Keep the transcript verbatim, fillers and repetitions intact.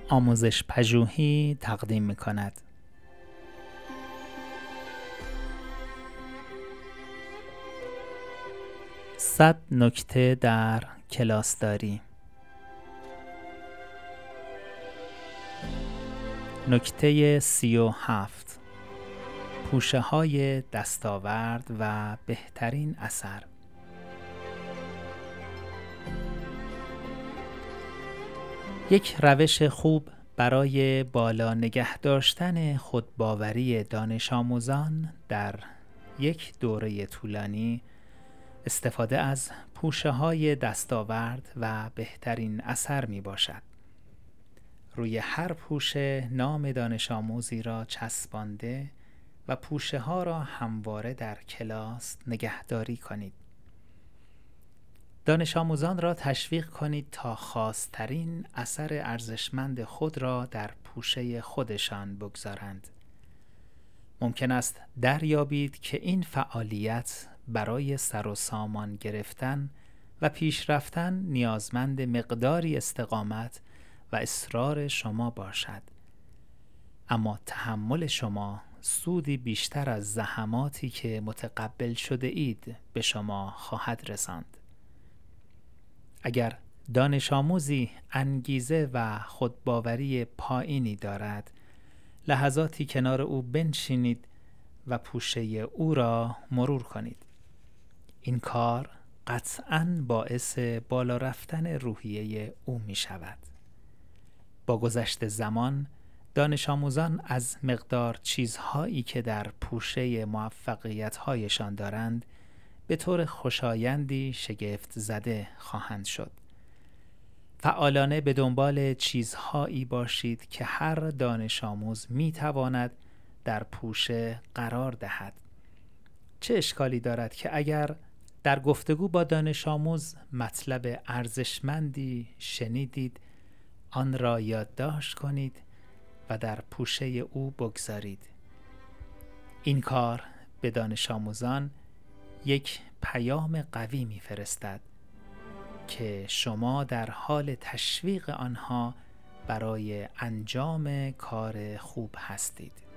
آموزش پژوهی تقدیم می‌کند. صد نکته در کلاسداری. نکته سی و هفت: پوشه‌های دستاورد و بهترین اثر. یک روش خوب برای بالا نگه داشتن خودباوری دانش آموزان در یک دوره طولانی استفاده از پوشه‌های دستاورد و بهترین اثر می باشد. روی هر پوشه نام دانش آموزی را چسبانده و پوشه ها را همواره در کلاس نگهداری کنید. دانش آموزان را تشویق کنید تا خاص‌ترین اثر ارزشمند خود را در پوشه خودشان بگذارند. ممکن است دریابید که این فعالیت برای سر و سامان گرفتن و پیش رفتن نیازمند مقداری استقامت و اصرار شما باشد، اما تحمل شما سودی بیشتر از زحماتی که متقبل شده اید به شما خواهد رساند. اگر دانش آموزی انگیزه و خودباوری پایینی دارد، لحظاتی کنار او بنشینید و پوشه او را مرور کنید. این کار قطعاً باعث بالا رفتن روحیه او می شود. با گذشت زمان دانش آموزان از مقدار چیزهایی که در پوشه موفقیت‌هایشان دارند به طور خوشایندی شگفت زده خواهند شد. فعالانه به دنبال چیزهایی باشید که هر دانش آموز می تواند در پوشه قرار دهد. چه اشکالی دارد که اگر در گفتگو با دانش آموز مطلب ارزشمندی شنیدید، آن را یادداشت کنید و در پوشه او بگذارید. این کار به دانش آموزان یک پیام قوی می‌فرستد که شما در حال تشویق آنها برای انجام کار خوب هستید.